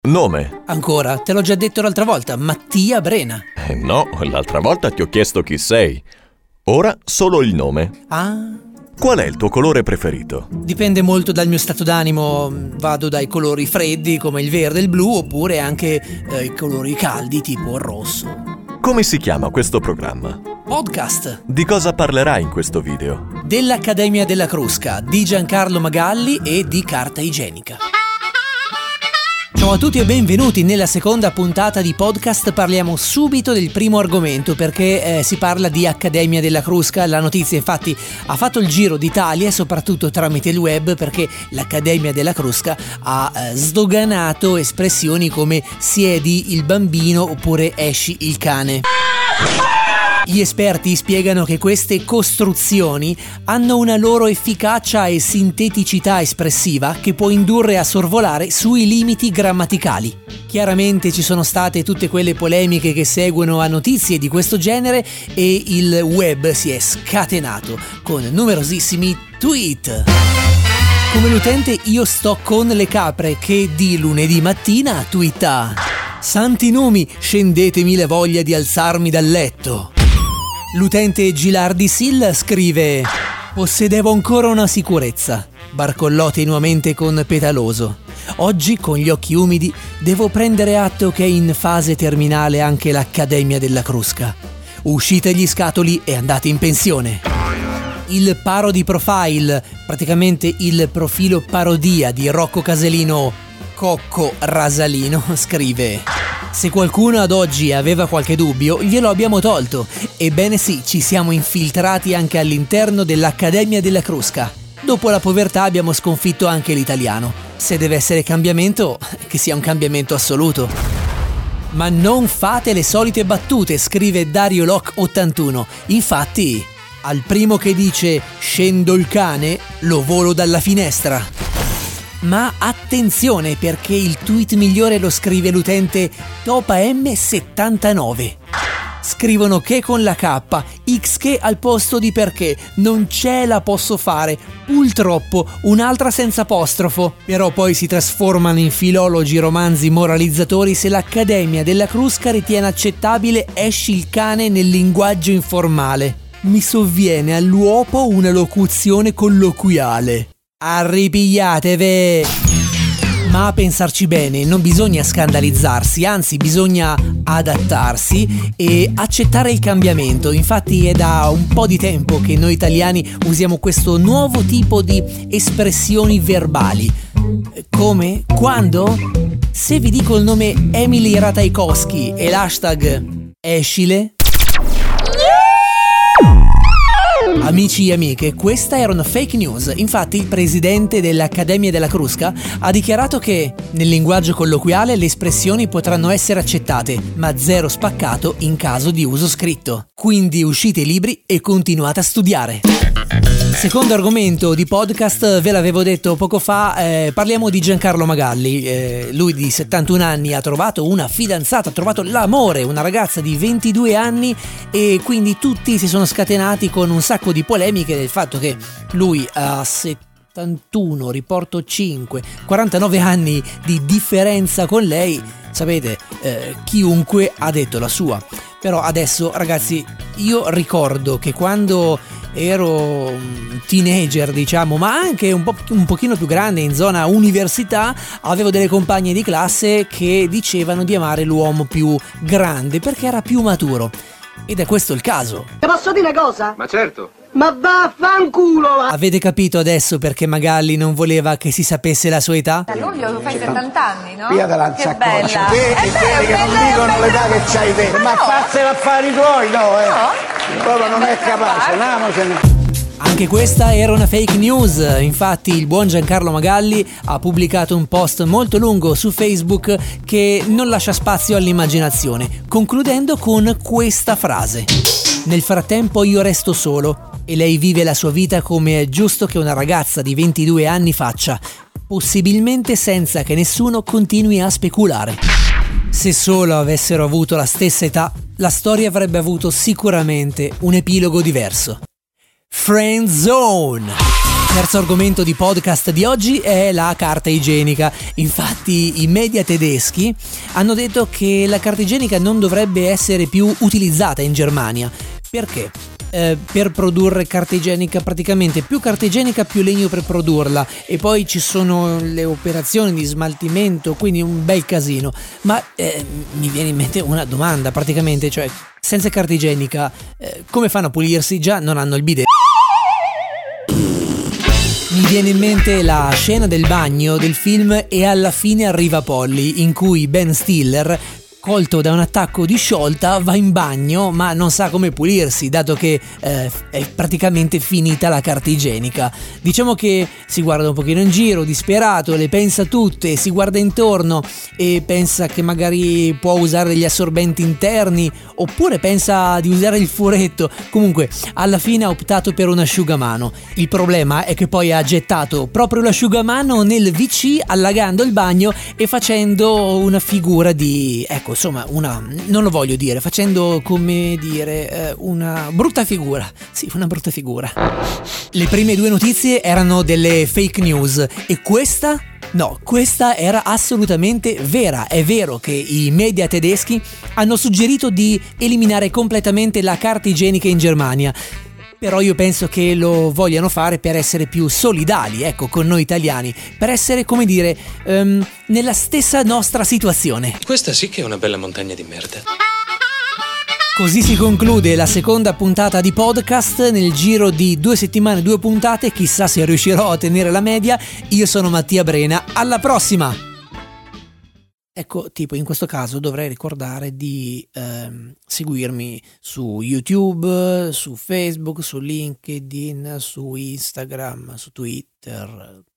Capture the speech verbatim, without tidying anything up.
Nome. Ancora? Te l'ho già detto l'altra volta, Mattia Brena. Eh no, l'altra volta ti ho chiesto chi sei. Ora solo il nome. Ah... Qual è il tuo colore preferito? Dipende molto dal mio stato d'animo, vado dai colori freddi come il verde e il blu, oppure anche eh, i colori caldi tipo il rosso. Come si chiama questo programma? Podcast. Di cosa parlerai in questo video? Dell'Accademia della Crusca, di Giancarlo Magalli e di carta igienica. Ciao a tutti e benvenuti nella seconda puntata di podcast. Parliamo subito del primo argomento perché eh, si parla di Accademia della Crusca. La notizia infatti ha fatto il giro d'Italia e soprattutto tramite il web, perché l'Accademia della Crusca ha eh, sdoganato espressioni come siedi il bambino oppure esci il cane. Gli esperti spiegano che queste costruzioni hanno una loro efficacia e sinteticità espressiva che può indurre a sorvolare sui limiti grammaticali. Chiaramente ci sono state tutte quelle polemiche che seguono a notizie di questo genere e il web si è scatenato con numerosissimi tweet. Come l'utente Io sto con le capre che di lunedì mattina twitta: "Santi numi, scendetemi la voglia di alzarmi dal letto". L'utente Gilardi Sil scrive: "Possedevo ancora una sicurezza. Barcollò tenuamente con Petaloso. Oggi, con gli occhi umidi, devo prendere atto che è in fase terminale anche l'Accademia della Crusca. Uscite gli scatoli e andate in pensione". Il parody profile, praticamente il profilo parodia di Rocco Casalino Cocco Rasalino, scrive: "Se qualcuno ad oggi aveva qualche dubbio, glielo abbiamo tolto. Ebbene sì, ci siamo infiltrati anche all'interno dell'Accademia della Crusca. Dopo la povertà abbiamo sconfitto anche l'italiano. Se deve essere cambiamento, che sia un cambiamento assoluto". "Ma non fate le solite battute", scrive Dario Loc ottantuno. "Infatti, al primo che dice scendo il cane, lo volo dalla finestra". Ma attenzione, perché il tweet migliore lo scrive l'utente Topa M settantanove. Scrivono che con la K, X che al posto di perché, non c'è la posso fare, purtroppo, un'altra senza apostrofo. Però poi si trasformano in filologi romanzi moralizzatori se l'Accademia della Crusca ritiene accettabile esci il cane nel linguaggio informale. Mi sovviene all'uopo una locuzione colloquiale. Arripigliatevi! Ma a pensarci bene, non bisogna scandalizzarsi, anzi bisogna adattarsi e accettare il cambiamento. Infatti è da un po' di tempo che noi italiani usiamo questo nuovo tipo di espressioni verbali. Come? Quando? Se vi dico il nome Emily Ratajkowski e l'hashtag escile? Amici e amiche, questa era una fake news. Infatti il presidente dell'Accademia della Crusca ha dichiarato che nel linguaggio colloquiale le espressioni potranno essere accettate, ma zero spaccato in caso di uso scritto. Quindi uscite i libri e continuate a studiare. Secondo argomento di podcast, ve l'avevo detto poco fa, eh, parliamo di Giancarlo Magalli. Eh, lui di settantuno anni ha trovato una fidanzata, ha trovato l'amore, una ragazza di ventidue anni, e quindi tutti si sono scatenati con un sacco di polemiche del fatto che lui ha settantuno, riporto cinque, quarantanove anni di differenza con lei. Sapete, eh, chiunque ha detto la sua. Però adesso, ragazzi, io ricordo che quando ero teenager, diciamo, ma anche un po' un pochino più grande, in zona università, avevo delle compagne di classe che dicevano di amare l'uomo più grande perché era più maturo. Ed è questo il caso. Ti posso dire una cosa? Ma certo. Ma vaffanculo! Avete capito adesso perché Magalli non voleva che si sapesse la sua età? A luglio fai settanta anni, no? Via da Che bella! Vedi, vedi che non dicono l'età che c'hai te. Ma no. farsela affari tuoi, no, eh! No. Proprio non è capace, andiamocene. Anche questa era una fake news. Infatti il buon Giancarlo Magalli ha pubblicato un post molto lungo su Facebook che non lascia spazio all'immaginazione, concludendo con questa frase: "Nel frattempo io resto solo e lei vive la sua vita come è giusto che una ragazza di ventidue anni faccia, possibilmente senza che nessuno continui a speculare". Se solo avessero avuto la stessa età, la storia avrebbe avuto sicuramente un epilogo diverso. Friend Zone. Terzo argomento di podcast di oggi è la carta igienica. Infatti i media tedeschi hanno detto che la carta igienica non dovrebbe essere più utilizzata in Germania. Perché? Eh, per produrre carta igienica, praticamente più carta igienica più legno per produrla, e poi ci sono le operazioni di smaltimento, quindi un bel casino. Ma eh, mi viene in mente una domanda, praticamente, cioè senza carta igienica eh, come fanno a pulirsi? Già non hanno il bidet. Mi viene in mente la scena del bagno del film E alla fine arriva Polly, in cui Ben Stiller, colto da un attacco di sciolta, va in bagno ma non sa come pulirsi, dato che eh, è praticamente finita la carta igienica. Diciamo che si guarda un pochino in giro, disperato, le pensa tutte, si guarda intorno e pensa che magari può usare degli assorbenti interni, oppure pensa di usare il furetto. Comunque alla fine ha optato per un asciugamano. Il problema è che poi ha gettato proprio l'asciugamano nel V C, allagando il bagno e facendo una figura di, ecco, insomma, una, non lo voglio dire, facendo, come dire, eh, una brutta figura. Sì, una brutta figura. Le prime due notizie erano delle fake news e questa? No, questa era assolutamente vera. È vero che i media tedeschi hanno suggerito di eliminare completamente la carta igienica in Germania. Però io penso che lo vogliano fare per essere più solidali, ecco, con noi italiani, per essere, come dire, um, nella stessa nostra situazione. Questa sì che è una bella montagna di merda. Così si conclude la seconda puntata di podcast. Nel giro di due settimane, due puntate, chissà se riuscirò a tenere la media. Io sono Mattia Brena, alla prossima! Ecco, tipo in questo caso dovrei ricordare di ehm, seguirmi su YouTube, su Facebook, su LinkedIn, su Instagram, su Twitter.